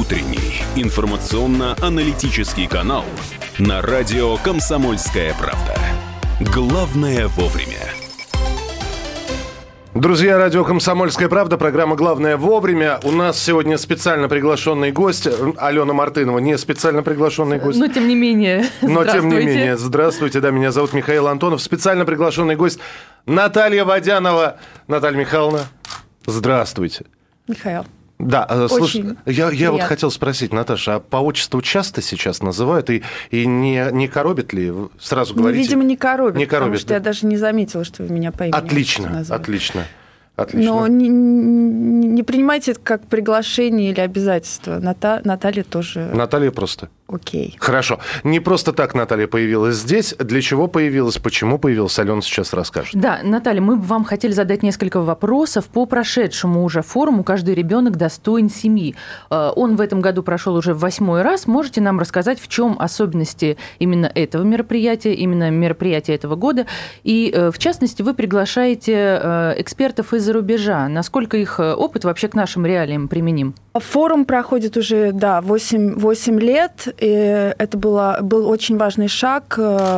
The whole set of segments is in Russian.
утренний информационно-аналитический канал на радио «Комсомольская правда». Главное вовремя. Друзья, радио «Комсомольская правда», программа «Главное вовремя». У нас сегодня специально приглашенный гость Алена Мартынова, не специально приглашенный гость. Но тем не менее, здравствуйте. Да, меня зовут Михаил Антонов. Специально приглашенный гость Наталья Водянова. Наталья Михайловна, здравствуйте. Михаил. Да, слушай, я вот хотел спросить, Наташа, а по отчеству часто сейчас называют? И не коробит ли? Сразу говорите. Видимо, не коробит, потому что да? я даже не заметила, что вы меня по имени Отлично. Но не принимайте это как приглашение или обязательство. Наталья тоже... Наталья просто. Окей. Хорошо. Не просто так Наталья появилась здесь. Для чего появилась, почему появилась, Алена сейчас расскажет. Да, Наталья, мы бы вам хотели задать несколько вопросов по прошедшему уже форуму «Каждый ребенок достоин семьи». Он в этом году прошел уже в 8-й раз. Можете нам рассказать, в чем особенности именно этого мероприятия, именно мероприятия этого года? И, в частности, вы приглашаете экспертов из-за рубежа. Насколько их опыт вообще к нашим реалиям применим? Форум проходит уже, 8 лет. И это был очень важный шаг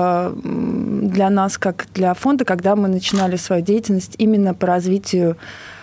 для нас, как для фонда, когда мы начинали свою деятельность именно по развитию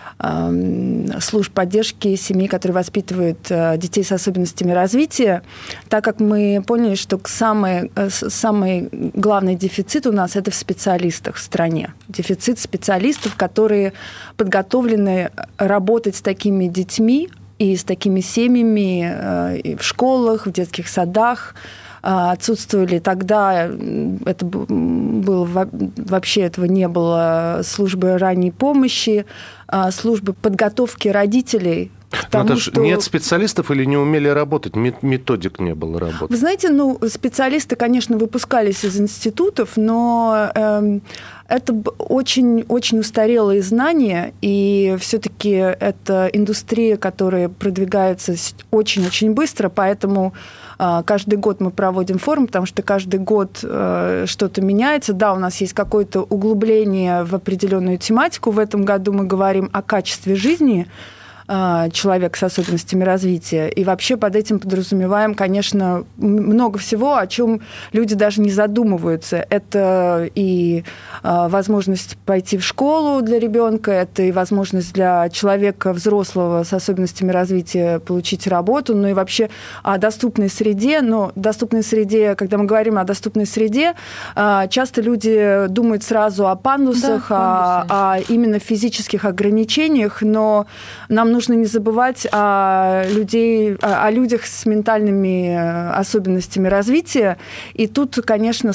служб поддержки семей, которые воспитывают детей с особенностями развития, так как мы поняли, что самый главный дефицит у нас – это в специалистах в стране. Дефицит специалистов, которые подготовлены работать с такими детьми, и с такими семьями и в школах, в детских садах отсутствовали тогда, это было, вообще этого не было, службы ранней помощи, службы подготовки родителей. Наташа, нет специалистов или не умели работать? Методик не было работы? Вы знаете, специалисты, конечно, выпускались из институтов, но это очень, очень устарелые знания, и все-таки это индустрия, которая продвигается очень-очень быстро, поэтому каждый год мы проводим форум, потому что каждый год что-то меняется. Да, у нас есть какое-то углубление в определенную тематику. В этом году мы говорим о качестве жизни человек с особенностями развития. И вообще под этим подразумеваем, конечно, много всего, о чем люди даже не задумываются. Это и возможность пойти в школу для ребенка, это и возможность для человека взрослого с особенностями развития получить работу, ну и вообще о доступной среде. Но доступной среде, когда мы говорим о доступной среде, часто люди думают сразу о пандусах, о именно физических ограничениях, но нам нужно не забывать о людях с ментальными особенностями развития. И тут, конечно,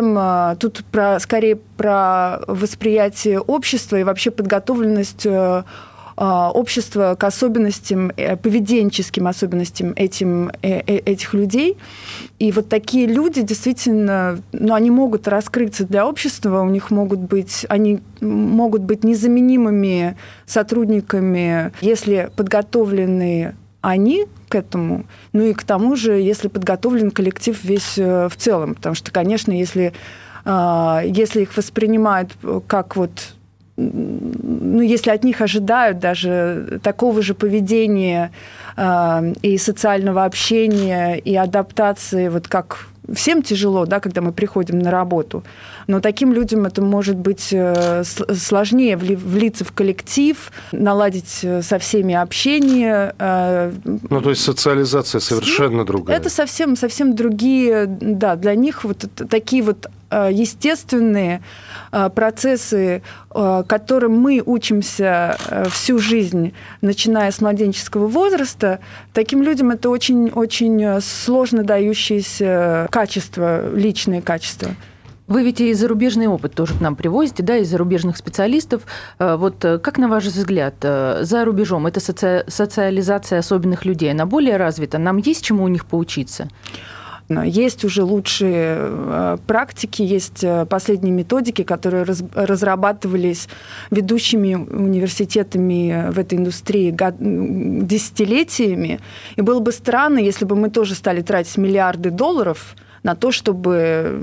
скорее про восприятие общества и вообще подготовленность общества к особенностям, поведенческим особенностям этих людей. И вот такие люди действительно, они могут раскрыться для общества, они могут быть незаменимыми сотрудниками, если подготовлены они к этому, и к тому же, если подготовлен коллектив весь в целом. Потому что, конечно, если их воспринимают как если от них ожидают даже такого же поведения и социального общения, и адаптации, как всем тяжело, когда мы приходим на работу, но таким людям это может быть сложнее влиться в коллектив, наладить со всеми общение. То есть социализация совершенно другая. Это совсем другие, для них такие естественные процессы, которым мы учимся всю жизнь, начиная с младенческого возраста, таким людям это очень-очень сложно дающиеся качества, личные качества. Вы ведь и зарубежный опыт тоже к нам привозите, из зарубежных специалистов. Как, на ваш взгляд, за рубежом эта социализация особенных людей, она более развита? Нам есть чему у них поучиться? Есть уже лучшие практики, есть последние методики, которые разрабатывались ведущими университетами в этой индустрии десятилетиями. И было бы странно, если бы мы тоже стали тратить миллиарды долларов на то, чтобы...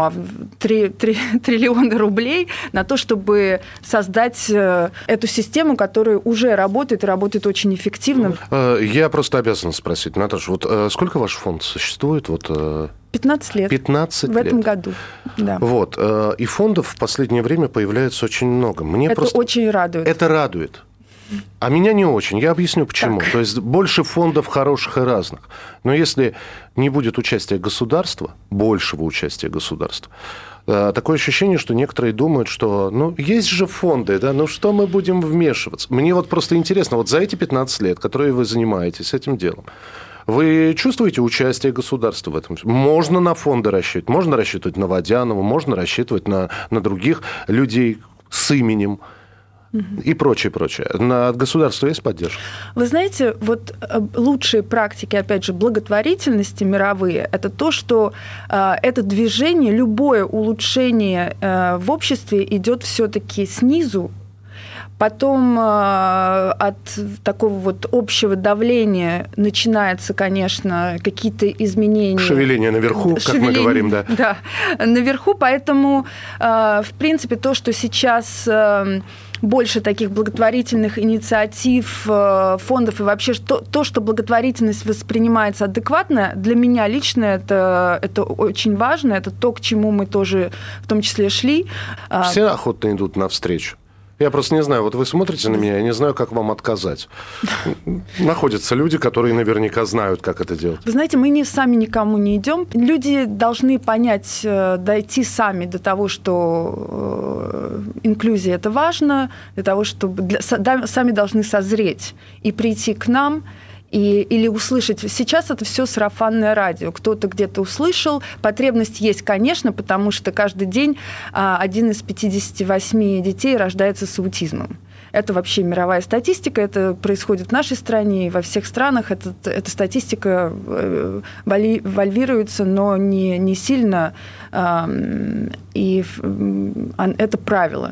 3 триллиона рублей на то, чтобы создать эту систему, которая уже работает, и работает очень эффективно. Я просто обязан спросить, Наташа, вот сколько ваш фонд существует? 15 лет. 15 в лет. этом году, да. Вот. И фондов в последнее время появляется очень много. Это очень радует. Это радует. А меня не очень. Я объясню, почему. Так. То есть больше фондов хороших и разных. Но если не будет участия государства, большего участия государства, такое ощущение, что некоторые думают, что, есть же фонды, да, что мы будем вмешиваться? Мне вот просто интересно, вот за эти 15 лет, которые вы занимаетесь этим делом, вы чувствуете участие государства в этом? Можно на фонды рассчитывать, можно рассчитывать на Водянова, можно рассчитывать на других людей с именем. И прочее. От государства есть поддержка? Вы знаете, вот лучшие практики, опять же, благотворительности мировые, это то, что это движение, любое улучшение в обществе идет все-таки снизу, потом от такого вот общего давления начинаются, конечно, какие-то изменения. Шевеление наверху, как мы говорим, да. Да, наверху, поэтому, в принципе, то, что сейчас... больше таких благотворительных инициатив, фондов и вообще то, что благотворительность воспринимается адекватно, для меня лично это очень важно, это то, к чему мы тоже в том числе шли. Все охотно идут навстречу. Я просто не знаю, вот вы смотрите на меня, я не знаю, как вам отказать. Находятся люди, которые наверняка знают, как это делать. Вы знаете, мы сами никому не идем. Люди должны понять, дойти сами до того, что инклюзия – это важно, для того, чтобы сами должны созреть и прийти к нам, или услышать. Сейчас это все сарафанное радио. Кто-то где-то услышал. Потребность есть, конечно, потому что каждый день 1 из 58 детей рождается с аутизмом. Это вообще мировая статистика, это происходит в нашей стране и во всех странах. Эта статистика вальвируется, но не сильно, и это правило.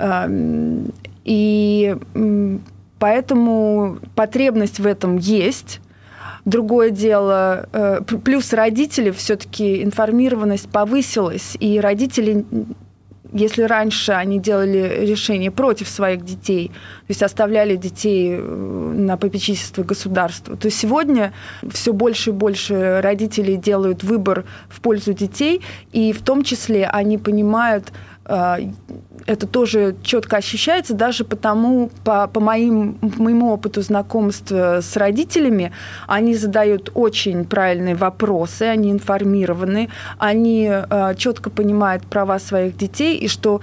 И поэтому потребность в этом есть. Другое дело, плюс родители, все-таки информированность повысилась, и родители, если раньше они делали решение против своих детей, то есть оставляли детей на попечительство государства, то сегодня все больше и больше родителей делают выбор в пользу детей, и в том числе они понимают, это тоже четко ощущается, даже потому, по моему опыту знакомства с родителями, они задают очень правильные вопросы, они информированы, они четко понимают права своих детей, и что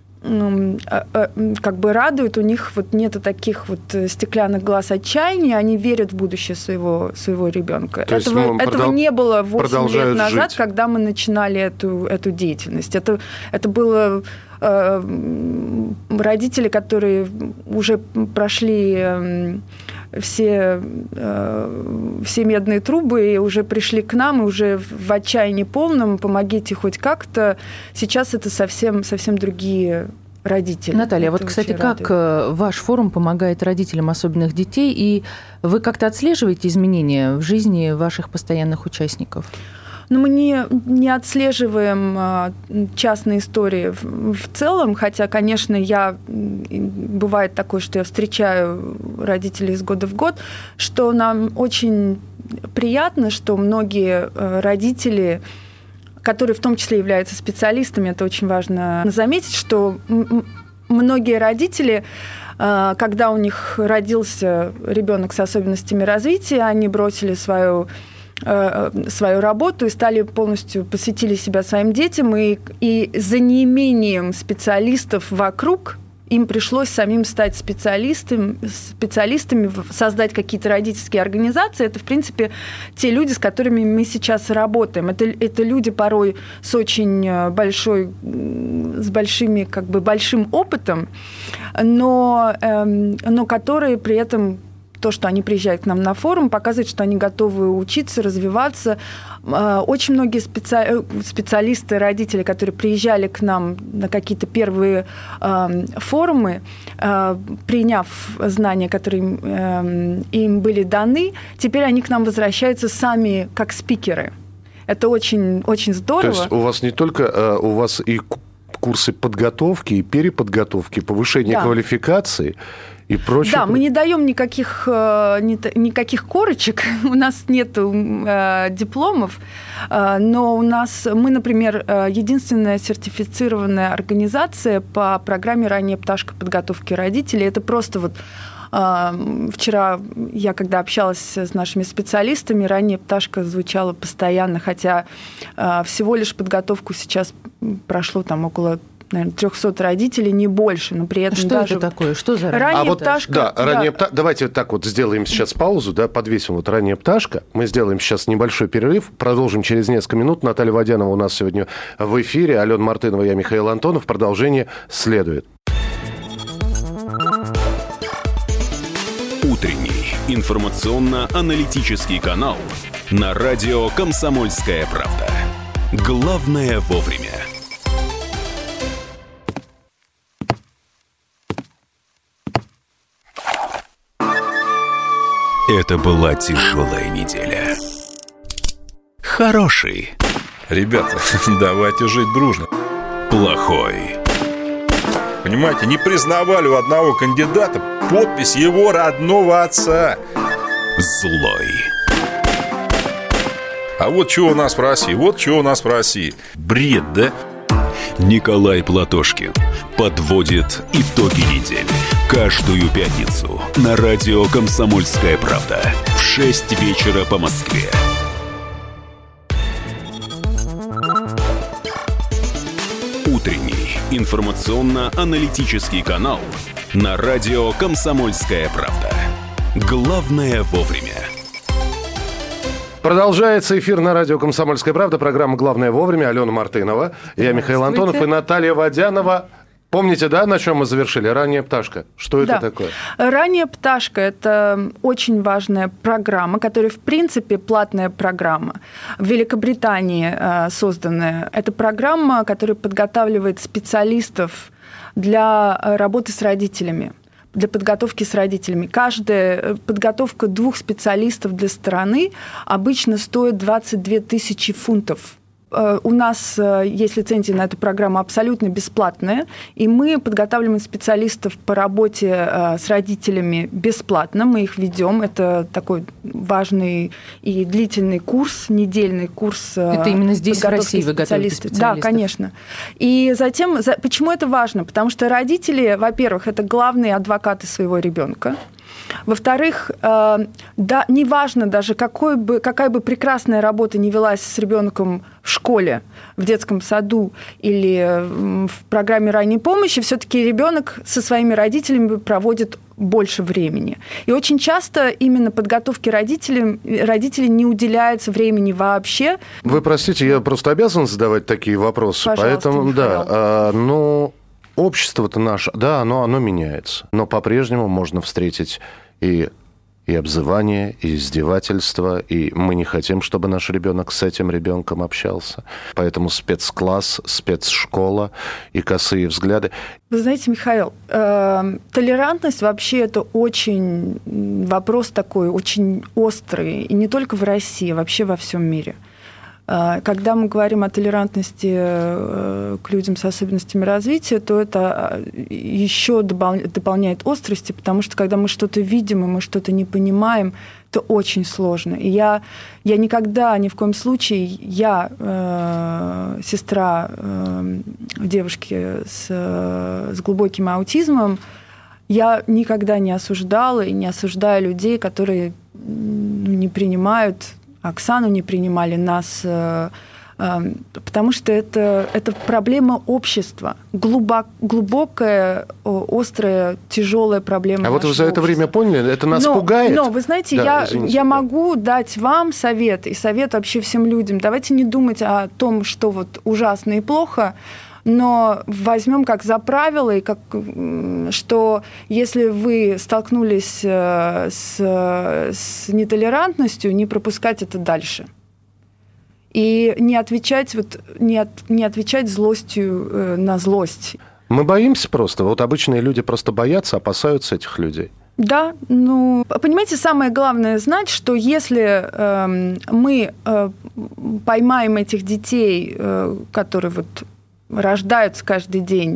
как бы радует, у них вот нету таких вот стеклянных глаз отчаяния, они верят в будущее своего ребенка. Этого не было 8 лет назад, когда мы начинали эту деятельность. Это было родители, которые уже прошли все медные трубы и уже пришли к нам, и уже в отчаянии полном, помогите хоть как-то. Сейчас это совсем другие родители. Наталья, вот, кстати, как ваш форум помогает родителям особенных детей, и вы как-то отслеживаете изменения в жизни ваших постоянных участников? Но мы не отслеживаем частные истории в целом, хотя, конечно, бывает такое, что я встречаю родителей из года в год, что нам очень приятно, что многие родители, которые в том числе являются специалистами, это очень важно заметить, что многие родители, когда у них родился ребенок с особенностями развития, они бросили свою работу и полностью посвятили себя своим детям, и за неимением специалистов вокруг им пришлось самим стать специалистами, создать какие-то родительские организации. Это, в принципе, те люди, с которыми мы сейчас работаем. Это люди порой с большим опытом, но которые при этом то, что они приезжают к нам на форум, показывает, что они готовы учиться, развиваться. Очень многие специалисты, родители, которые приезжали к нам на какие-то первые форумы, приняв знания, которые им были даны, теперь они к нам возвращаются сами как спикеры. Это очень, очень здорово. То есть у вас не только, у вас и курсы подготовки, и переподготовки, повышения квалификации и прочее. Да, мы не даем никаких корочек, у нас нет дипломов, но мы, например, единственная сертифицированная организация по программе «Ранняя пташка» подготовки родителей. Это просто вот вчера я, когда общалась с нашими специалистами, «Ранняя пташка» звучала постоянно, хотя всего лишь подготовку сейчас прошло там около, наверное, 300 родителей, не больше, но при этом что даже... это такое? Что за ранняя пташка? Да, ранняя пташка. Давайте так вот сделаем сейчас паузу, да, подвесим вот «Ранняя пташка». Мы сделаем сейчас небольшой перерыв, продолжим через несколько минут. Наталья Водянова у нас сегодня в эфире, Алена Мартынова, я Михаил Антонов. Продолжение следует. Утренний информационно-аналитический канал на радио «Комсомольская правда». Главное вовремя. Это была тяжелая неделя. Хороший. Ребята, давайте жить дружно. Плохой. Понимаете, не признавали у одного кандидата подпись его родного отца. Злой. А вот что у нас в России, Бред, да? Николай Платошкин подводит итоги недели. Каждую пятницу на радио «Комсомольская правда» в 6 вечера по Москве. Утренний информационно-аналитический канал на радио «Комсомольская правда». Главное вовремя. Продолжается эфир на радио «Комсомольская правда». Программа «Главное вовремя». Алена Мартынова, я Михаил Антонов и Наталья Водянова. Помните, да, на чем мы завершили? «Ранняя пташка». Что это такое? «Ранняя пташка» – это очень важная программа, которая, в принципе, платная программа. В Великобритании созданная. Это программа, которая подготавливает специалистов для работы с родителями, для подготовки с родителями. Каждая подготовка 2 специалистов для страны обычно стоит 22 тысячи фунтов. У нас есть лицензия на эту программу абсолютно бесплатная, и мы подготавливаем специалистов по работе с родителями бесплатно. Мы их ведем. Это такой важный и длительный курс, недельный курс. Это именно здесь, в России, вы готовите специалистов? Да, конечно. И затем, почему это важно? Потому что родители, во-первых, это главные адвокаты своего ребенка. Во-вторых, да, неважно даже, какая бы прекрасная работа ни велась с ребенком в школе, в детском саду или в программе ранней помощи, все-таки ребенок со своими родителями проводит больше времени. И очень часто именно подготовке родителей не уделяется времени вообще. Вы простите, я просто обязан задавать такие вопросы. Пожалуйста, поэтому, Михаил. Общество-то наше, да, оно меняется. Но по-прежнему можно встретить и обзывание, и издевательства, и мы не хотим, чтобы наш ребенок с этим ребенком общался. Поэтому спецкласс, спецшкола и косые взгляды. Вы знаете, Михаил, толерантность вообще это очень вопрос такой, очень острый, и не только в России, а вообще во всем мире. Когда мы говорим о толерантности к людям с особенностями развития, то это еще дополняет острости, потому что когда мы что-то видим и мы что-то не понимаем, это очень сложно. И я никогда, ни в коем случае, сестра девушки с глубоким аутизмом, я никогда не осуждала и не осуждаю людей, которые не принимают Оксану, не принимали нас, потому что это проблема общества, глубокая, острая, тяжелая проблема. А вот вы за это время поняли, это нас пугает? Но вы знаете, я могу дать вам совет, и совет вообще всем людям. Давайте не думать о том, что вот ужасно и плохо, но возьмем как за правило, и что если вы столкнулись с нетолерантностью, не пропускать это дальше. И не отвечать злостью на злость. Мы боимся просто. Вот обычные люди просто боятся, опасаются этих людей. Да, понимаете, самое главное знать, что если мы поймаем этих детей, которые вот рождаются каждый день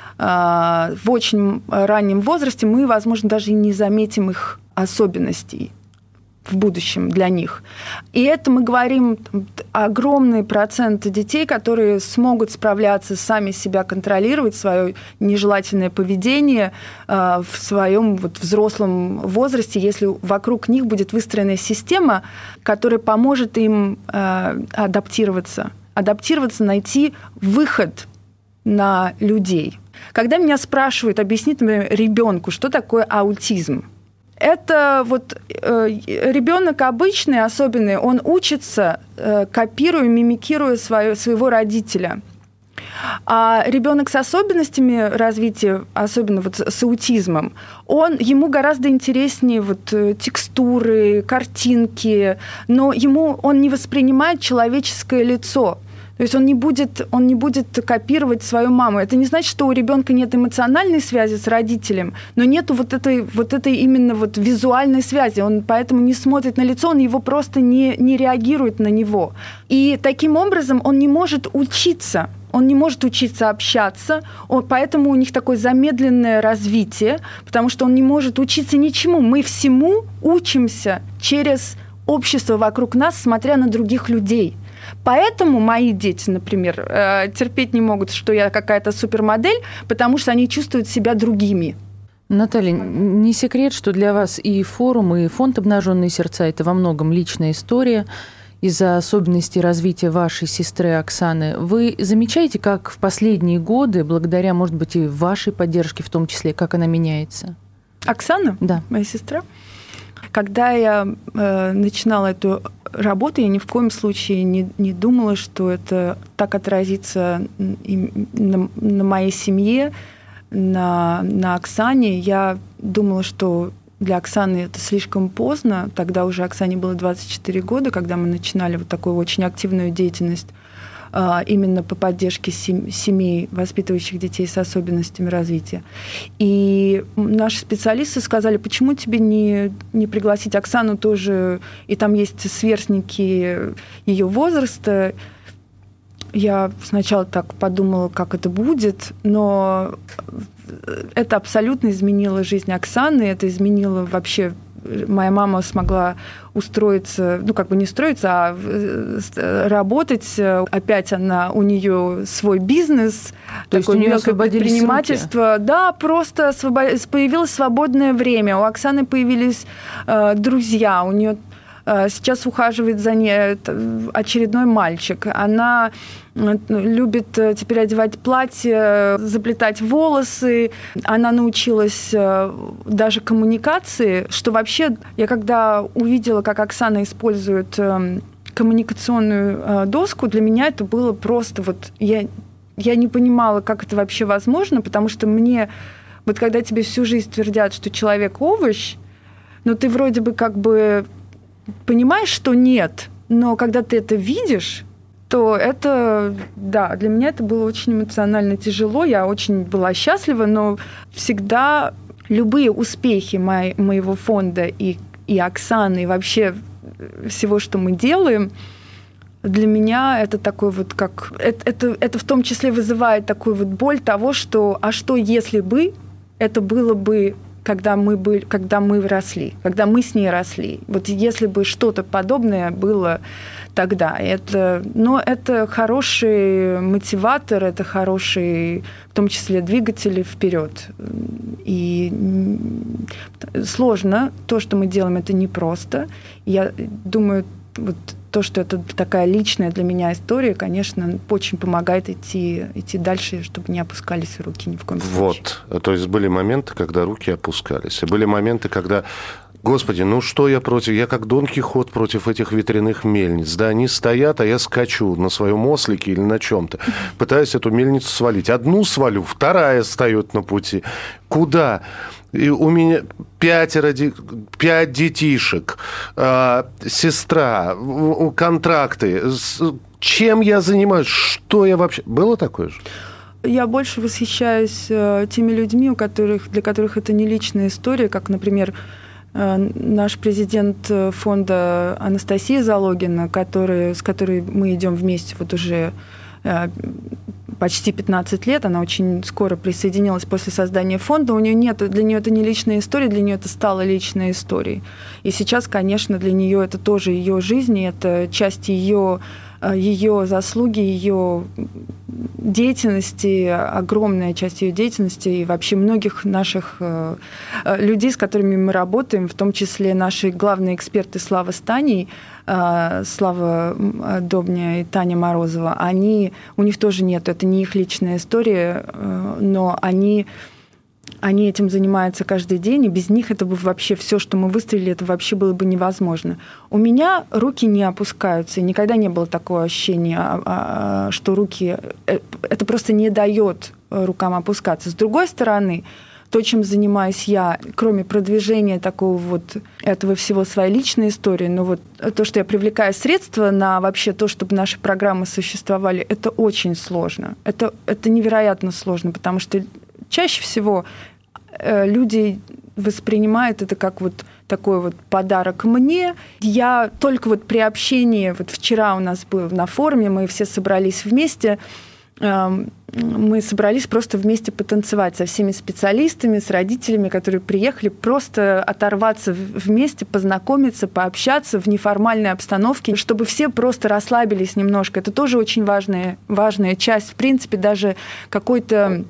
в очень раннем возрасте, мы, возможно, даже и не заметим их особенностей в будущем для них. И это мы говорим огромный процент детей, которые смогут справляться, сами себя контролировать, свое нежелательное поведение в своем взрослом возрасте, если вокруг них будет выстроена система, которая поможет им адаптироваться, найти выход на людей. Когда меня спрашивают, объяснить, например, ребенку, что такое аутизм, это ребенок обычный, особенный, он учится, копируя, мимикируя своего родителя. А ребенок с особенностями развития, особенно с аутизмом, ему гораздо интереснее текстуры, картинки, но он не воспринимает человеческое лицо. То есть он не будет копировать свою маму. Это не значит, что у ребенка нет эмоциональной связи с родителем, но нет этой именно визуальной связи. Он поэтому не смотрит на лицо, он его просто не реагирует на него. И таким образом он не может учиться. Он не может учиться общаться, поэтому у них такое замедленное развитие, потому что он не может учиться ничему. Мы всему учимся через общество вокруг нас, смотря на других людей. Поэтому мои дети, например, терпеть не могут, что я какая-то супермодель, потому что они чувствуют себя другими. Наталья, не секрет, что для вас и форум, и фонд «Обнаженные сердца» – это во многом личная история из-за особенностей развития вашей сестры Оксаны. Вы замечаете, как в последние годы, благодаря, может быть, и вашей поддержке в том числе, как она меняется? Оксана? Да. Моя сестра? Когда я начинала эту работу, я ни в коем случае не думала, что это так отразится на моей семье, на Оксане. Я думала, что для Оксаны это слишком поздно. Тогда уже Оксане было 24 года, когда мы начинали такую очень активную деятельность именно по поддержке семей, воспитывающих детей с особенностями развития. И наши специалисты сказали, почему тебе не пригласить Оксану тоже, и там есть сверстники ее возраста. Я сначала так подумала, как это будет, но это абсолютно изменило жизнь Оксаны, это изменило вообще. Моя мама смогла устроиться, не строиться, а работать. Опять у нее свой бизнес, то есть у нее предпринимательство. Да, просто появилось свободное время. У Оксаны появились друзья, у нее сейчас ухаживает за ней очередной мальчик. Она любит теперь одевать платье, заплетать волосы. Она научилась даже коммуникации, что вообще я когда увидела, как Оксана использует коммуникационную доску, для меня это было просто я не понимала, как это вообще возможно, потому что мне когда тебе всю жизнь твердят, что человек овощ, но ты вроде бы понимаешь, что нет, но когда ты это видишь, то это, да, для меня это было очень эмоционально тяжело, я очень была счастлива, но всегда любые успехи моего фонда и Оксаны, и вообще всего, что мы делаем, для меня это такой это в том числе вызывает такую боль того, что, а что если бы это было бы когда мы росли, когда мы с ней росли. Если бы что-то подобное было тогда. Но это хороший мотиватор, это хороший, в том числе, двигатель вперед. И сложно. То, что мы делаем, это непросто. Я думаю, то, что это такая личная для меня история, конечно, очень помогает идти дальше, чтобы не опускались руки ни в коем случае. То есть были моменты, когда руки опускались, и были моменты, когда, господи, что я против? Я как Дон Кихот против этих ветряных мельниц. Да, они стоят, а я скачу на своем ослике или на чем-то. Пытаюсь эту мельницу свалить. Одну свалю, вторая встает на пути. Куда? И у меня 5 детишек, сестра, контракты. Чем я занимаюсь? Что я вообще... Было такое же? я больше восхищаюсь теми людьми, для которых это не личная история, как, например, наш президент фонда Анастасия Залогина, с которой мы идем вместе вот уже почти 15 лет. Она очень скоро присоединилась после создания фонда. Для нее это не личная история, для нее это стало личной историей. И сейчас, конечно, для нее это тоже ее жизнь, и это часть ее заслуги, ее деятельности, огромная часть ее деятельности и вообще многих наших людей, с которыми мы работаем, в том числе наши главные эксперты Слава Станей, Слава Добня и Таня Морозова, у них тоже нет, это не их личная история, но они этим занимаются каждый день, и без них это бы вообще все, что мы выстроили, это вообще было бы невозможно. У меня руки не опускаются, и никогда не было такого ощущения, что руки... Это просто не дает рукам опускаться. С другой стороны, то, чем занимаюсь я, кроме продвижения такого вот этого всего своей личной истории, но вот то, что я привлекаю средства на вообще то, чтобы наши программы существовали, это очень сложно. Это невероятно сложно, потому что чаще всего люди воспринимают это как вот такой вот подарок мне. Я только вот при общении, вот вчера у нас был на форуме, мы все собрались вместе, мы собрались просто вместе потанцевать со всеми специалистами, с родителями, которые приехали, просто оторваться вместе, познакомиться, пообщаться в неформальной обстановке, чтобы все просто расслабились немножко. Это тоже очень важная часть, в принципе, даже какой-то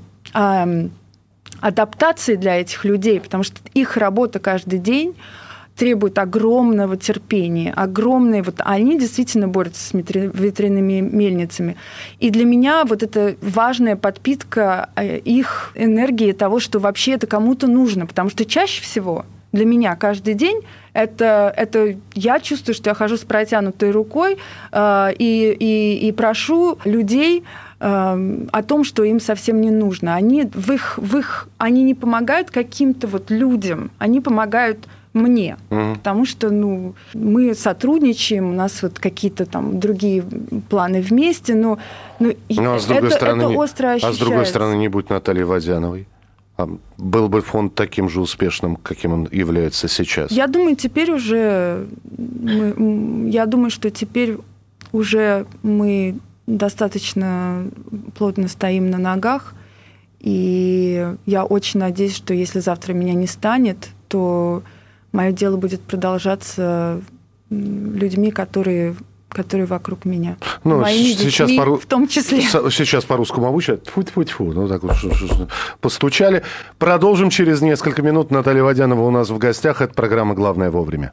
адаптации для этих людей, потому что их работа каждый день требует огромного терпения, они действительно борются с ветряными мельницами. И для меня вот это важная подпитка их энергии того, что вообще это кому-то нужно, потому что чаще всего для меня каждый день это я чувствую, что я хожу с протянутой рукой и прошу людей о том, что им совсем не нужно. Они не помогают каким-то вот людям, они помогают мне, потому что мы сотрудничаем, у нас вот какие-то там другие планы вместе, но это остро ощущается. А с другой стороны, не будь Натальи Водяновой, был бы фонд таким же успешным, каким он является сейчас? Я думаю, что теперь уже мы достаточно плотно стоим на ногах, и я очень надеюсь, что если завтра меня не станет, то мое дело будет продолжаться людьми, которые вокруг меня. Моими детьми в том числе. Сейчас по-русскому обучают. Тьфу-тьфу-тьфу. Так вот постучали. Продолжим через несколько минут. Наталья Водянова у нас в гостях. Это программа «Главное вовремя».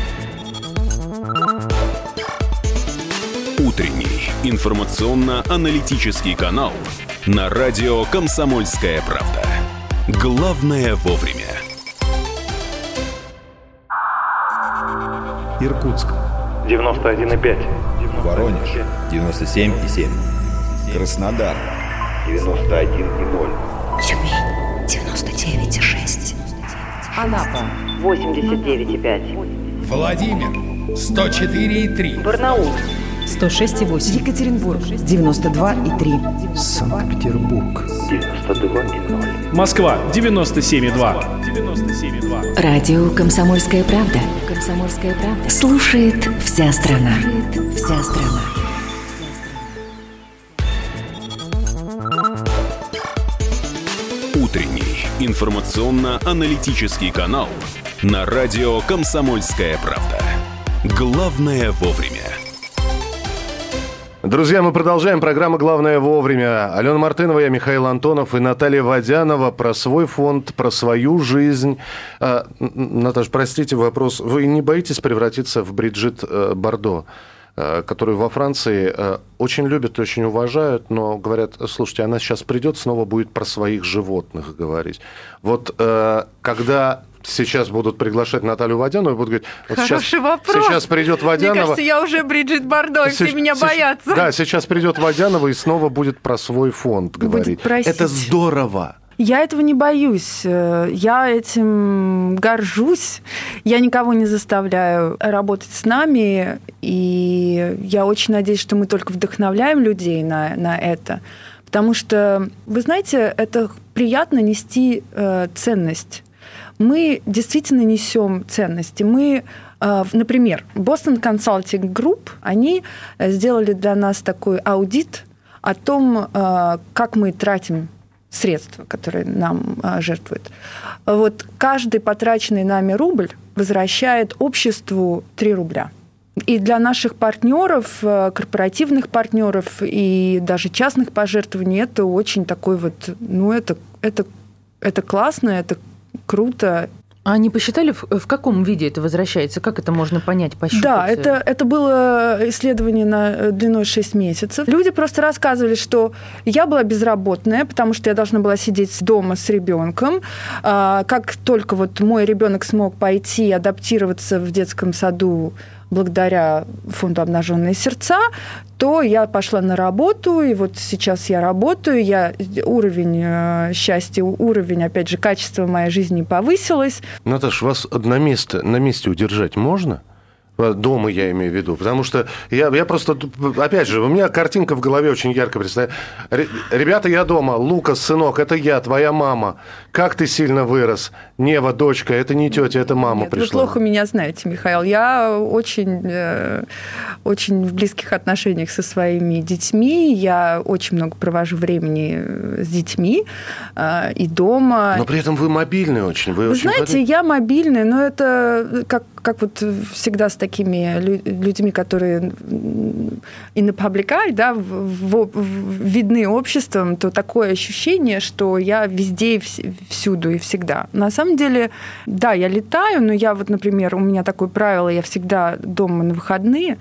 Утренний информационно-аналитический канал на радио «Комсомольская правда». Главное вовремя. Иркутск 91,5. Воронеж 97,7. Краснодар 91,0. Тюмень 99,6. Анапа 89,5. Владимир 104,3. Барнаул 106,8. Екатеринбург 92,3. Санкт-Петербург 92,0. Москва 97,2. Радио «Комсомольская правда». «Комсомольская правда». Слушает вся страна. Вся страна. Утренний информационно-аналитический канал на радио «Комсомольская правда». Главное вовремя. Друзья, мы продолжаем. Программа «Главное вовремя». Алена Мартынова, я Михаил Антонов и Наталья Водянова про свой фонд, про свою жизнь. Наташа, простите вопрос. Вы не боитесь превратиться в Бриджит Бардо, которую во Франции очень любят, очень уважают, но говорят, слушайте, она сейчас придет, снова будет про своих животных говорить. Вот когда... Сейчас будут приглашать Наталью Водянову и будут говорить... Вот Хороший вопрос. Сейчас придет Водянова... Мне кажется, я уже Бриджит Бардо, и все меня боятся. Да, сейчас придет Водянова и снова будет про свой фонд говорить. Это здорово. Я этого не боюсь. Я этим горжусь. Я никого не заставляю работать с нами. И я очень надеюсь, что мы только вдохновляем людей на это. Потому что, вы знаете, это приятно нести ценность. Мы действительно несем ценности. Мы, например, Boston Consulting Group, они сделали для нас такой аудит о том, как мы тратим средства, которые нам жертвуют. Вот каждый потраченный нами рубль возвращает обществу 3 рубля. И для наших партнеров, корпоративных партнеров и даже частных пожертвований это очень такой вот, это классно, это круто. А они посчитали, в каком виде это возвращается? Как это можно понять, пощупать? Да, это было исследование длиной 6 месяцев. Люди просто рассказывали, что я была безработная, потому что я должна была сидеть дома с ребенком. Как только вот мой ребенок смог пойти адаптироваться в детском саду благодаря фонду «Обнаженные сердца», то я пошла на работу, и вот сейчас я работаю, уровень счастья, уровень, опять же, качества моей жизни повысилось. Наташа, вас на месте удержать можно? Дома я имею в виду. Потому что я просто... Опять же, у меня картинка в голове очень ярко представляет. Ребята, я дома. Лукас, сынок, это я, твоя мама. Как ты сильно вырос. Нева, дочка, это не тетя, это мама пришла. Вы плохо меня знаете, Михаил. Я очень в близких отношениях со своими детьми. Я очень много провожу времени с детьми и дома. Но при этом вы мобильны очень. Вы знаете, я мобильная, но это как вот всегда с такими людьми, которые in the public eye, да, видны обществом, то такое ощущение, что я везде, всюду и всегда. На самом деле, да, я летаю, но я вот, например, у меня такое правило, я всегда дома на выходных,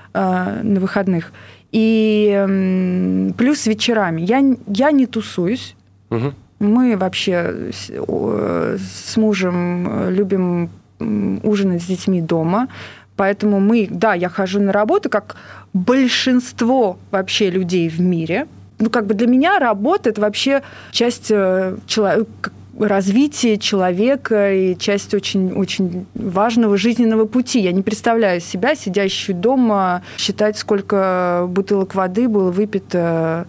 и плюс вечерами. Я не тусуюсь. Угу. Мы вообще с мужем любим ужинать с детьми дома. Поэтому я хожу на работу, как большинство вообще людей в мире. Для меня работа – это вообще часть развития человека и часть очень важного жизненного пути. Я не представляю себя, сидящую дома, считать, сколько бутылок воды было выпито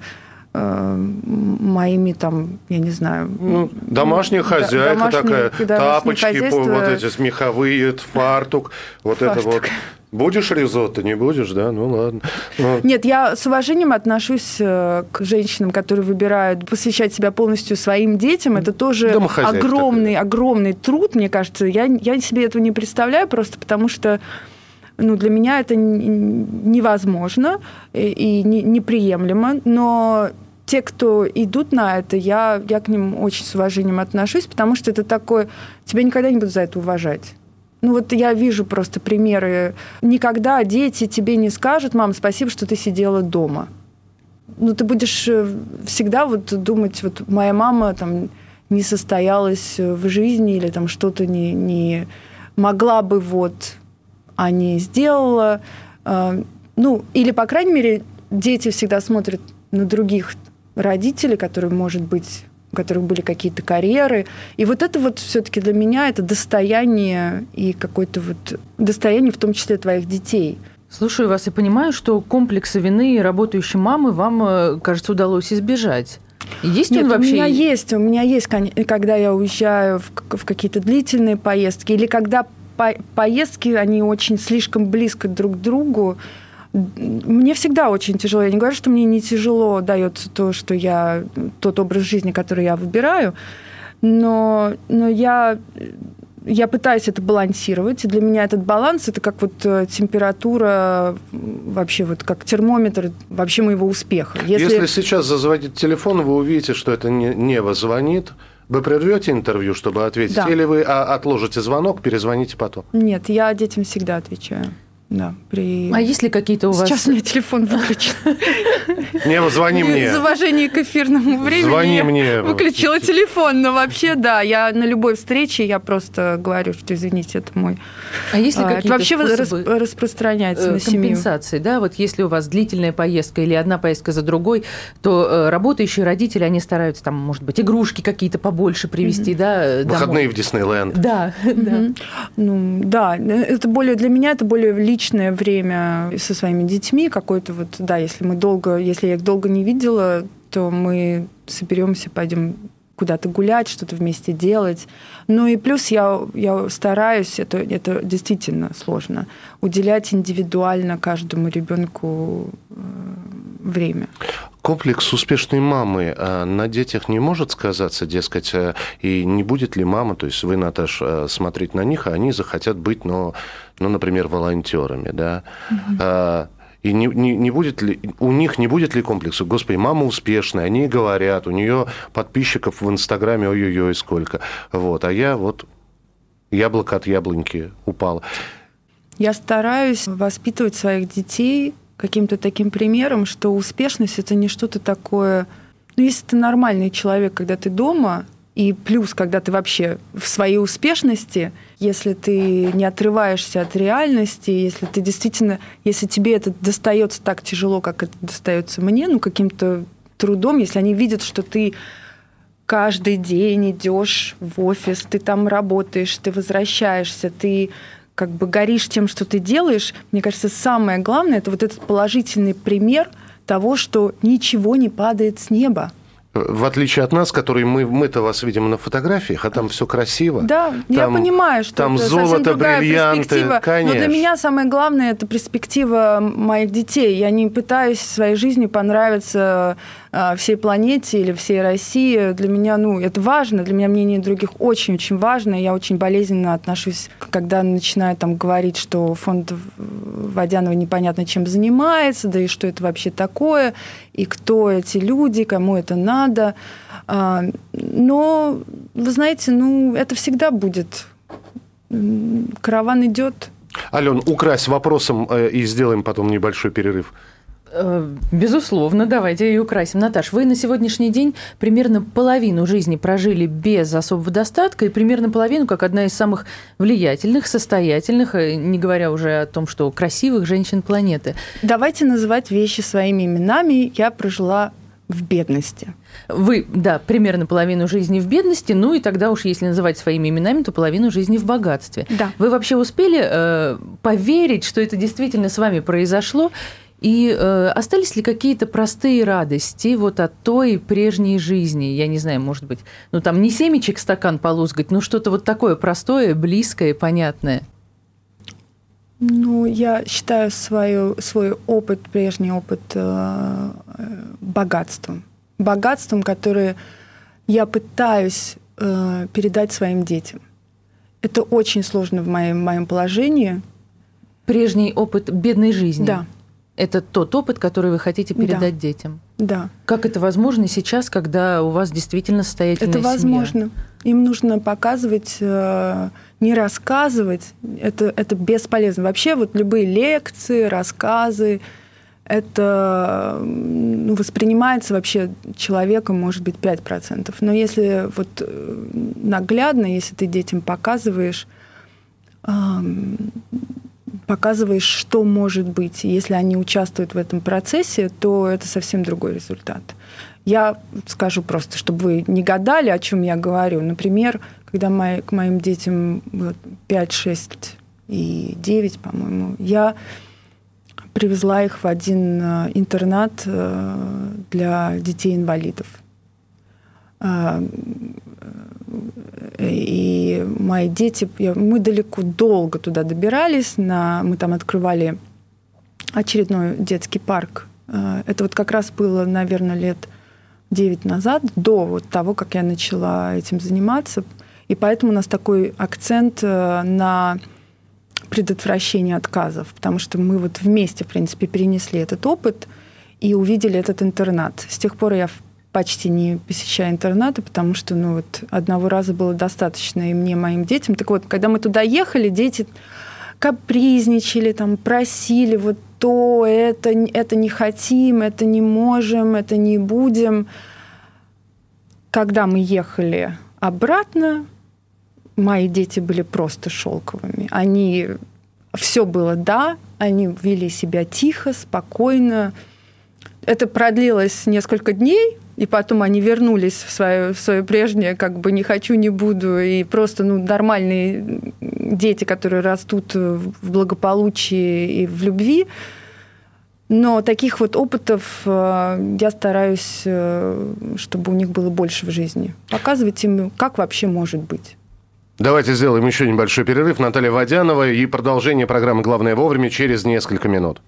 моими я не знаю... домашняя хозяйка такая, тапочки вот эти меховые, фартук, это вот. Будешь ризотто, не будешь, да? Ну, ладно. Нет, я с уважением отношусь к женщинам, которые выбирают посвящать себя полностью своим детям. Это тоже огромный труд, мне кажется. Я себе этого не представляю, просто потому что для меня это невозможно и неприемлемо, но те, кто идут на это, я к ним очень с уважением отношусь, потому что это такое... Тебя никогда не будут за это уважать. Я вижу просто примеры. Никогда дети тебе не скажут: «Мам, спасибо, что ты сидела дома». Ты будешь всегда думать: моя мама не состоялась в жизни или что-то не могла бы а не сделала. Или, по крайней мере, дети всегда смотрят на других родителей, которые, может быть, у которых были какие-то карьеры. И это все-таки для меня это достояние и какое-то достояние, в том числе твоих детей. Слушаю вас и понимаю, что комплекса вины работающей мамы вам, кажется, удалось избежать. Есть он вообще? У меня есть, когда я уезжаю в какие-то длительные поездки, или когда поездки, они очень слишком близко друг к другу. Мне всегда очень тяжело. Я не говорю, что мне не тяжело дается тот образ жизни, который я выбираю, но я пытаюсь это балансировать. И для меня этот баланс – это как температура, вообще как термометр вообще моего успеха. Если сейчас зазвонит телефон, вы увидите, что это Нева звонит, вы прервете интервью, чтобы ответить? Да. Или вы отложите звонок, перезвоните потом? Нет, я детям всегда отвечаю. Да, А есть ли какие-то у вас... Сейчас у меня телефон выключен. Нева, звони мне. Из уважения к эфирному времени звони мне. Выключила телефон. Но вообще, да, я на любой встрече я просто говорю, что, извините, это мой... А есть ли какие-то вообще способы распространяется на семью? Компенсации, да? Если у вас длительная поездка или одна поездка за другой, то работающие родители, они стараются может быть, игрушки какие-то побольше привезти, да, выходные в Диснейленд. Да, да. Да, это для меня это более личное время со своими детьми, какое-то если я их долго не видела, что мы соберемся, пойдем куда-то гулять, что-то вместе делать. Ну и плюс я стараюсь, это действительно сложно, уделять индивидуально каждому ребенку время. Комплекс успешной мамы на детях не может сказаться, дескать, и не будет ли мама, то есть вы, Наташ, смотреть на них, а они захотят быть, например, волонтерами, да? Угу. И не будет ли, у них не будет ли комплекса? Господи, мама успешная, они говорят, у нее подписчиков в Инстаграме ой-ой-ой сколько. Вот, а я вот яблоко от яблоньки упало. Я стараюсь воспитывать своих детей каким-то таким примером, что успешность – это не что-то такое... Ну, если ты нормальный человек, когда ты дома, и плюс, когда ты вообще в своей успешности, если ты не отрываешься от реальности, если ты действительно, если тебе это достается так тяжело, как это достается мне, каким-то трудом, если они видят, что ты каждый день идешь в офис, ты там работаешь, ты возвращаешься, ты как бы горишь тем, что ты делаешь, мне кажется, самое главное – это вот этот положительный пример того, что ничего не падает с неба. В отличие от нас, которые мы-то вас видим на фотографиях, а там все красиво. Да, там, я понимаю, что там это золото, совсем другая бриллианты, перспектива. конечно. Но для меня самое главное – это перспектива моих детей. Я не пытаюсь своей жизнью понравиться всей планете или всей России. Для меня, это важно, для меня мнение других очень-очень важно. Я очень болезненно отношусь, когда начинают там говорить, что фонд Водянова непонятно чем занимается, да и что это вообще такое, и кто эти люди, кому это надо. Но, вы знаете, это всегда будет. Караван идет. Ален, укрась вопросом и сделаем потом небольшой перерыв. Безусловно, давайте и украсим. Наташ, вы на сегодняшний день примерно половину жизни прожили без особого достатка, и примерно половину как одна из самых влиятельных, состоятельных, не говоря уже о том, что красивых женщин планеты. Давайте называть вещи своими именами. Я прожила в бедности. Вы, да, примерно половину жизни в бедности, и тогда уж, если называть своими именами, то половину жизни в богатстве. Да. Вы вообще успели поверить, что это действительно с вами произошло? И остались ли какие-то простые радости вот от той прежней жизни? Я не знаю, может быть, там не семечек стакан полузгать, но что-то вот такое простое, близкое, понятное. Я считаю свой опыт, прежний опыт богатством. Богатством, которое я пытаюсь передать своим детям. Это очень сложно в моем положении. Прежний опыт бедной жизни? Да. Это тот опыт, который вы хотите передать детям? Да. Как это возможно сейчас, когда у вас действительно состоятельная семья? Это возможно. Им нужно показывать, не рассказывать. Это бесполезно. Вообще любые лекции, рассказы, это воспринимается вообще человеком, может быть, 5%. Но если наглядно, если ты детям показываешь, что может быть. И если они участвуют в этом процессе, то это совсем другой результат. Я скажу просто, чтобы вы не гадали, о чем я говорю. Например, когда к моим детям было 5, 6 и 9, по-моему, я привезла их в один интернат для детей-инвалидов. И мои дети, мы долго туда добирались, мы там открывали очередной детский парк. Это как раз было, наверное, лет 9 назад, до того, как я начала этим заниматься. И поэтому у нас такой акцент на предотвращение отказов, потому что мы вместе, в принципе, перенесли этот опыт и увидели этот интернат. С тех пор я почти не посещаю интернаты, потому что одного раза было достаточно и мне, и моим детям. Так вот, когда мы туда ехали, дети капризничали, просили это не хотим, это не можем, это не будем. Когда мы ехали обратно, мои дети были просто шелковыми. Все было «да», они вели себя тихо, спокойно. Это продлилось несколько дней, и потом они вернулись в свое прежнее, не хочу, не буду, и просто нормальные дети, которые растут в благополучии и в любви. Но таких вот опытов я стараюсь, чтобы у них было больше в жизни. Показывать им, как вообще может быть. Давайте сделаем еще небольшой перерыв. Наталья Водянова и продолжение программы «Главное вовремя» через несколько минут.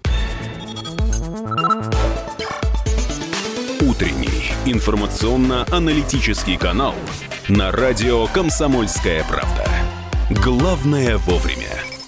Утренний информационно-аналитический канал на радио «Комсомольская правда». Главное вовремя.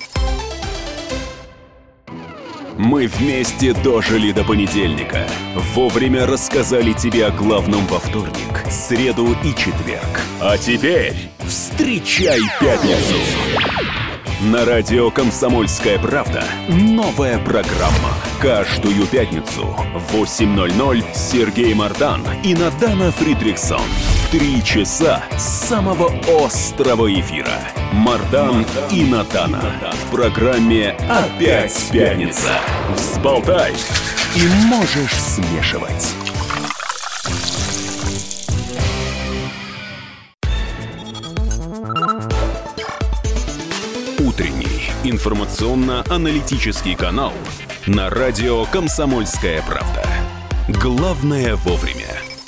Мы вместе дожили до понедельника. Вовремя рассказали тебе о главном во вторник, среду и четверг. А теперь встречай пятницу. На радио «Комсомольская правда» новая программа. Каждую пятницу в 8:00 Сергей Мардан и Надана Фридрихсон. 3 часа самого острого эфира. Мардан и Надана. В программе «Опять пятница». Взболтай и можешь смешивать. Утренний информационно-аналитический канал на радио «Комсомольская правда». Главное вовремя.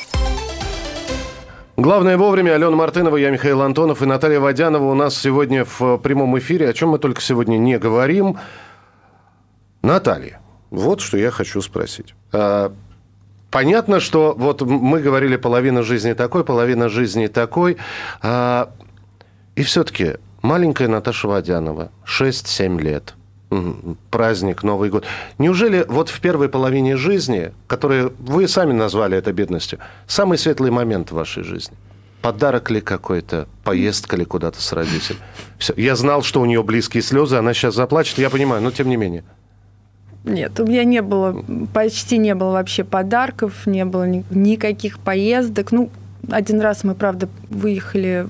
Главное вовремя. Алена Мартынова, я Михаил Антонов и Наталья Водянова у нас сегодня в прямом эфире. О чем мы только сегодня не говорим. Наталья, вот что я хочу спросить. Понятно, что вот мы говорили, половина жизни такой, половина жизни такой. И все-таки маленькая Наташа Водянова, 6-7 лет. Праздник, Новый год. Неужели вот в первой половине жизни, которую вы сами назвали это бедностью, самый светлый момент в вашей жизни? Подарок ли какой-то, поездка ли куда-то с родителями? Все. Я знал, что у нее близкие слезы, она сейчас заплачет, я понимаю, но тем не менее. Нет, у меня не было, почти не было вообще подарков, не было никаких поездок. Ну, один раз мы, правда, выехали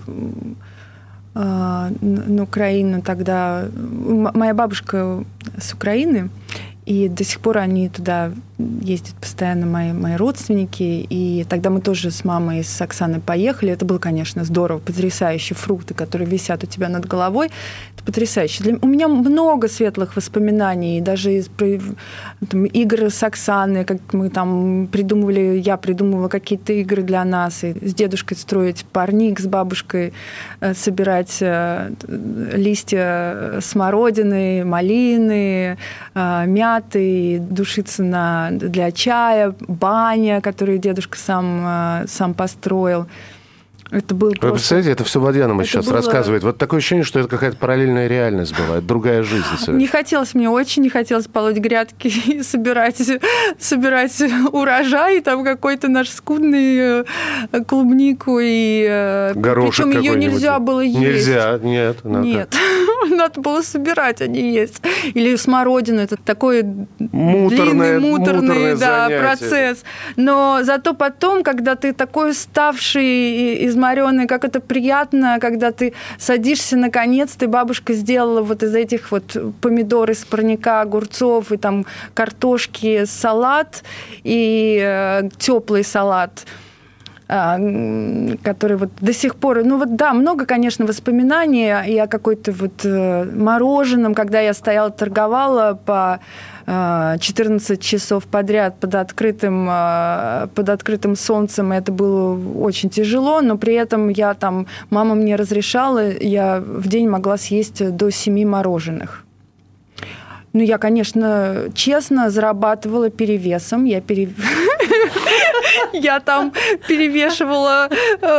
на Украину тогда. Моя бабушка с Украины, и до сих пор они туда ездят постоянно, мои родственники. И тогда мы тоже с мамой и с Оксаной поехали. Это было, конечно, здорово, потрясающие фрукты, которые висят у тебя над головой. Это потрясающе. У меня много светлых воспоминаний, даже из игр с Оксаной, как мы там придумывали, я придумывала какие-то игры для нас, и с дедушкой строить парник, с бабушкой собирать листья смородины, малины, мяты, душиться для чая, баня, которую дедушка сам построил. Это было просто... Вы представляете, это все Водянова сейчас рассказывает. Вот такое ощущение, что это какая-то параллельная реальность бывает, другая жизнь совершенно. Мне очень не хотелось полоть грядки и собирать урожай, там какой-то наш скудный клубнику, и горошек причем ее нельзя было есть. Нельзя, нет. Надо было собирать, а не есть. Или смородину, это такой муторный процесс. Но зато потом, когда ты такой уставший, изморенный, как это приятно, когда ты садишься наконец-то, и бабушка сделала вот из этих вот помидор из парника, огурцов и там картошки салат, и теплый салат, который вот до сих пор... Ну вот да, много, конечно, воспоминаний и о какой-то вот мороженом, когда я стояла, торговала по 14 часов подряд под открытым солнцем. Это было очень тяжело, но при этом мама мне разрешала, я в день могла съесть до 7 мороженых. Ну, я, конечно, честно зарабатывала перевесом. Я там перевешивала,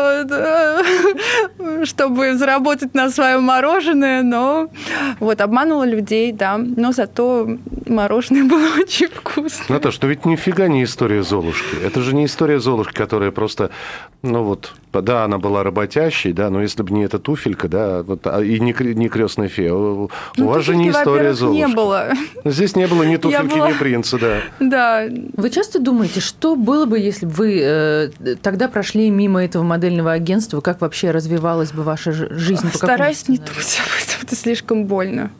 чтобы заработать на свое мороженое, но вот обманула людей, да. Но зато мороженое было очень вкусное. Наташа, ну ведь нифига не история Золушки. Это же не история Золушки, которая просто, да, она была работящей, да, но если бы не эта туфелька, да, вот, и не крестная фея, у вас же не история Золушки. Не было. Здесь не было ни туфельки, ни принца, да. Да. Вы часто думаете, что было бы, если бы вы тогда прошли мимо этого модельного агентства, как вообще развивалась бы ваша жизнь? Стараюсь не думать об этом, это слишком больно.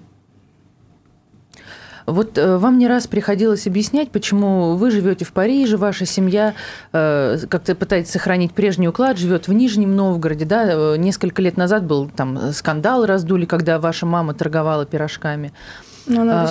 Вот вам не раз приходилось объяснять, почему вы живете в Париже, ваша семья как-то пытается сохранить прежний уклад, живет в Нижнем Новгороде, да? Несколько лет назад был там скандал, раздули, когда ваша мама торговала пирожками. Но она до сих пор торгует. Вот я об этом и хотела спросить. Я до сих пор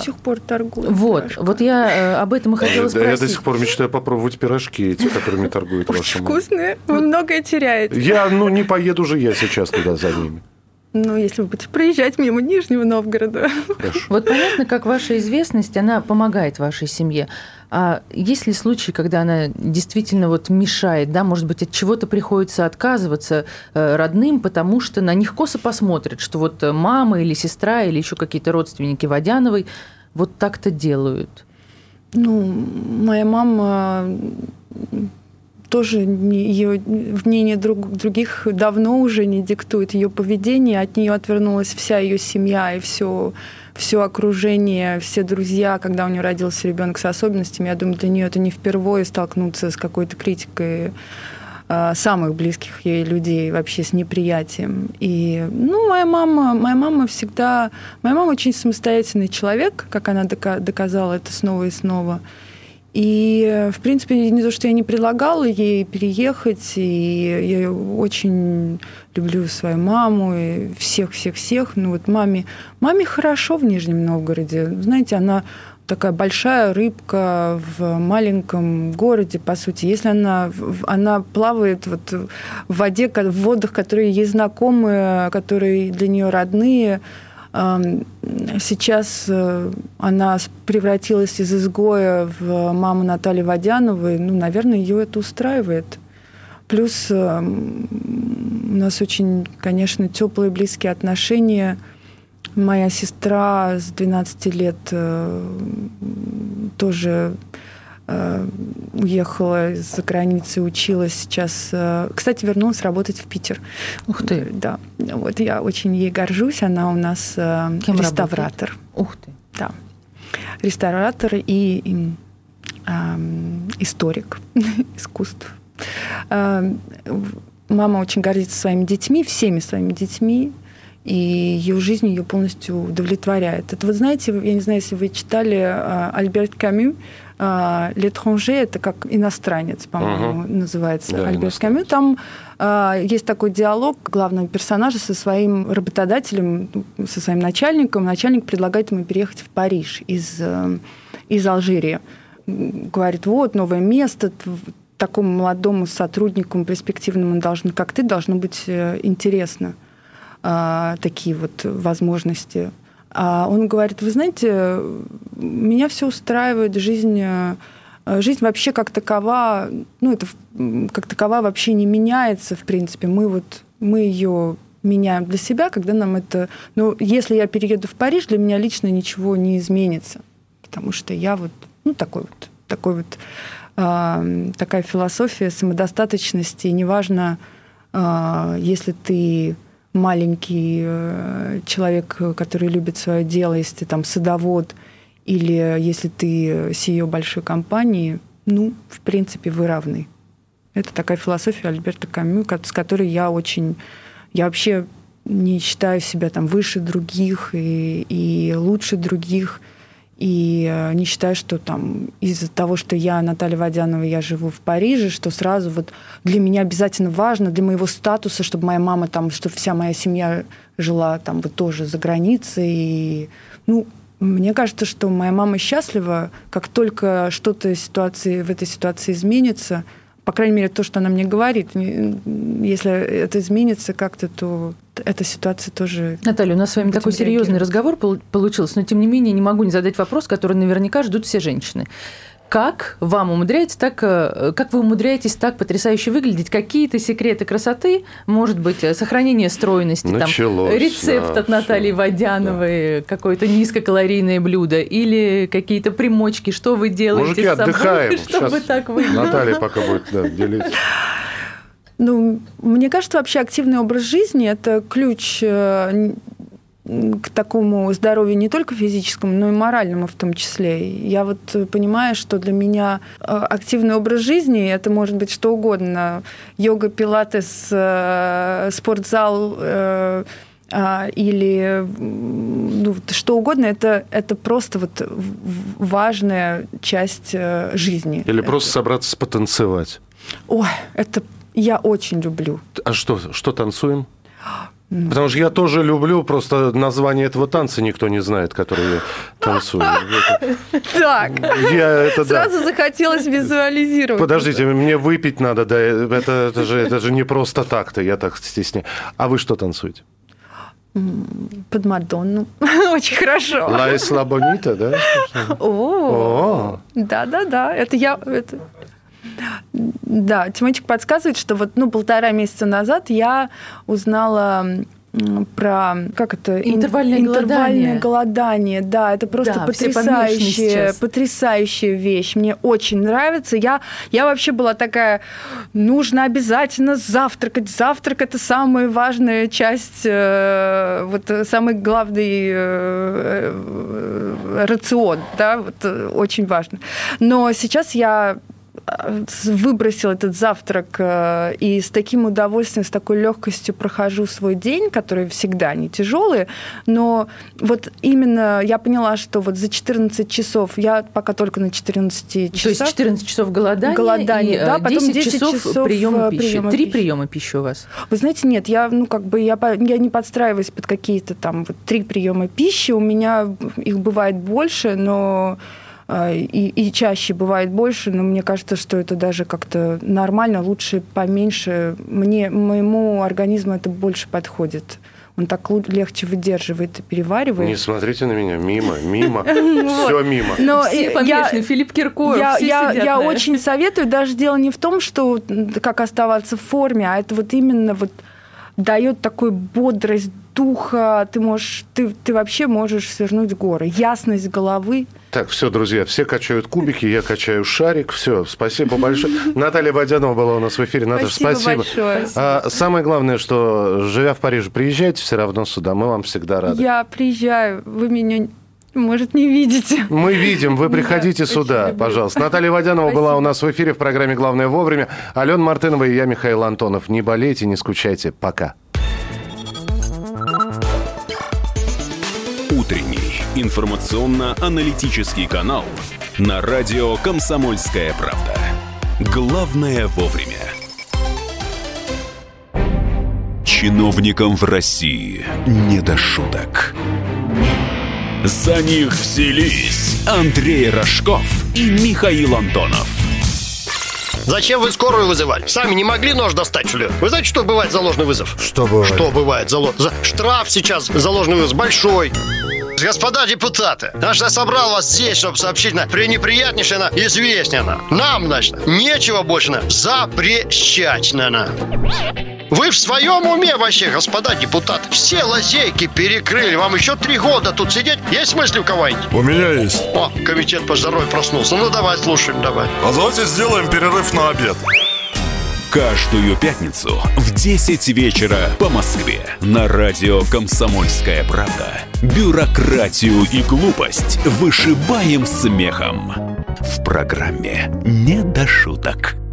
мечтаю об этом и хотела спросить. Я до сих пор мечтаю попробовать пирожки, эти, которыми торгуют ваши. Очень вкусные. Вы многое теряете. Не поеду же я сейчас туда за ними. Если вы будете проезжать мимо Нижнего Новгорода. Хорошо. Вот понятно, как ваша известность, она помогает вашей семье. А есть ли случаи, когда она действительно мешает, да, может быть, от чего-то приходится отказываться родным, потому что на них косо посмотрят, что мама или сестра или еще какие-то родственники Водяновой так-то делают? Моя мама тоже ее мнение других давно уже не диктует ее поведение, от нее отвернулась вся ее семья и все окружение, все друзья, когда у нее родился ребенок с особенностями. Я думаю, для нее это не впервые столкнуться с какой-то критикой самых близких ей людей, вообще с неприятием. И моя мама очень самостоятельный человек, как она доказала это снова и снова. И, в принципе, не то, что я не предлагала ей переехать, и я очень люблю свою маму и всех-всех-всех. Маме хорошо в Нижнем Новгороде. Знаете, она такая большая рыбка в маленьком городе, по сути. Если она плавает в воде, в водах, которые ей знакомы, которые для нее родные. Сейчас она превратилась из изгоя в маму Натальи Водяновой. Наверное, ее это устраивает. Плюс у нас очень, конечно, теплые, близкие отношения. Моя сестра с 12 лет тоже уехала за границу, училась сейчас. Кстати, вернулась работать в Питер. Ух ты! Да. Я очень ей горжусь. Она у нас реставратор. Работает? Ух ты! Да. Реставратор и историк искусств. Мама очень гордится своими детьми, всеми своими детьми. И ее жизнь ее полностью удовлетворяет. Это знаете, я не знаю, если вы читали Альберт Камю, «L'étranger» — это как иностранец, по-моему, называется, да, Альберт Камю. Там есть такой диалог главного персонажа со своим работодателем, со своим начальником. Начальник предлагает ему переехать в Париж из Алжира. Говорит, новое место, такому молодому сотруднику, перспективному, как ты, должно быть интересно. Такие возможности. А он говорит, вы знаете, меня все устраивает, жизнь вообще как такова, это как такова вообще не меняется, в принципе. Мы ее меняем для себя, когда нам это... если я перееду в Париж, для меня лично ничего не изменится, потому что я такая философия самодостаточности, и неважно, если ты маленький человек, который любит свое дело, если ты там садовод, или если ты CEO большой компании, в принципе, вы равны. Это такая философия Альберта Камю, с которой я вообще не считаю себя выше других и лучше других, и не считаю, что из-за того, что я Наталья Водянова, я живу в Париже, что сразу для меня обязательно важно, для моего статуса, чтобы моя мама чтобы вся моя семья жила тоже за границей. И, мне кажется, что моя мама счастлива, как только что-то в этой ситуации изменится, по крайней мере, то, что она мне говорит. Если это изменится как-то, то эта ситуация тоже... Наталья, у нас с вами такой серьезный разговор получился, но тем не менее не могу не задать вопрос, который наверняка ждут все женщины. Как вам как вы умудряетесь так потрясающе выглядеть? Какие-то секреты красоты, может быть, сохранение стройности, рецепт от Натальи Водяновой, какое-то низкокалорийное блюдо, или какие-то примочки, что вы делаете Мужики, с собой, отдыхаем. чтобы так выглядеть? Наталья пока будет делиться. Мне кажется, вообще активный образ жизни – это ключ к такому здоровью не только физическому, но и моральному в том числе. Я понимаю, что для меня активный образ жизни – это может быть что угодно. Йога, пилатес, спортзал или что угодно. Это просто важная часть жизни. Или просто собраться потанцевать. Это я очень люблю. А что танцуем? Потому что я тоже люблю, просто название этого танца никто не знает, который я танцую. Так, сразу захотелось визуализировать. Подождите, мне выпить надо, да, это же не просто так-то, я так стесняюсь. А вы что танцуете? Под Мадонну. Очень хорошо. Ла Исла Бонита, да? О, да. Это я... Да, Тимочек подсказывает, что вот 1,5 месяца назад я узнала про, как это? Интервальное голодание. Да, это просто потрясающая вещь. Мне очень нравится. Я вообще была такая, нужно обязательно завтракать. Завтрак – это самая важная часть, самый главный рацион, да, вот, очень важно. Но сейчас я выбросила этот завтрак и с таким удовольствием, с такой легкостью прохожу свой день, который всегда не тяжелый, но вот именно я поняла, что вот за 14 часов, я пока только на 14 часах. То есть 14 часов голодания, да, потом 10 часов приема пищи. 3 приема пищи у вас? Вы знаете, нет, я не подстраиваюсь под какие-то там 3 приема пищи, у меня их бывает больше, но... И чаще бывает больше, но мне кажется, что это даже как-то нормально, лучше поменьше. Моему организму это больше подходит. Он так легче выдерживает и переваривает. Не смотрите на меня, мимо. Все мимо. Все помешаны, Филипп Киркоров, я очень советую, даже дело не в том, что как оставаться в форме, а это вот именно вот дает такую бодрость духа, ты вообще можешь свернуть горы. Ясность головы. Так, все, друзья, все качают кубики, я качаю шарик. Все, спасибо большое. Наталья Водянова была у нас в эфире. Наташа, спасибо большое. Самое главное, что, живя в Париже, приезжайте все равно сюда. Мы вам всегда рады. Я приезжаю, вы меня, может, не видите. Мы видим, вы приходите сюда, пожалуйста. Наталья Водянова была у нас в эфире в программе «Главное вовремя». Алена Мартынова и я, Михаил Антонов. Не болейте, не скучайте. Пока. Утренний информационно-аналитический канал на радио «Комсомольская правда». Главное вовремя. Чиновникам в России не до шуток. За них взялись Андрей Рожков и Михаил Антонов. Зачем вы скорую вызывали? Сами не могли нож достать, что ли? Вы знаете, что бывает за ложный вызов? Что бывает? Штраф сейчас за ложный вызов большой. Господа депутаты, я собрал вас здесь, чтобы сообщить пренеприятнейшее известие нам, значит, нечего больше запрещать. Вы в своем уме вообще, господа депутаты? Все лазейки перекрыли. Вам еще 3 года тут сидеть? Есть мысли у кого-нибудь? У меня есть. О, комитет по здоровью проснулся. Ну, давай, слушаем, давай. А давайте сделаем перерыв на обед. Каждую пятницу в 10 вечера по Москве на радио «Комсомольская правда». Бюрократию и глупость вышибаем смехом. В программе «Не до шуток».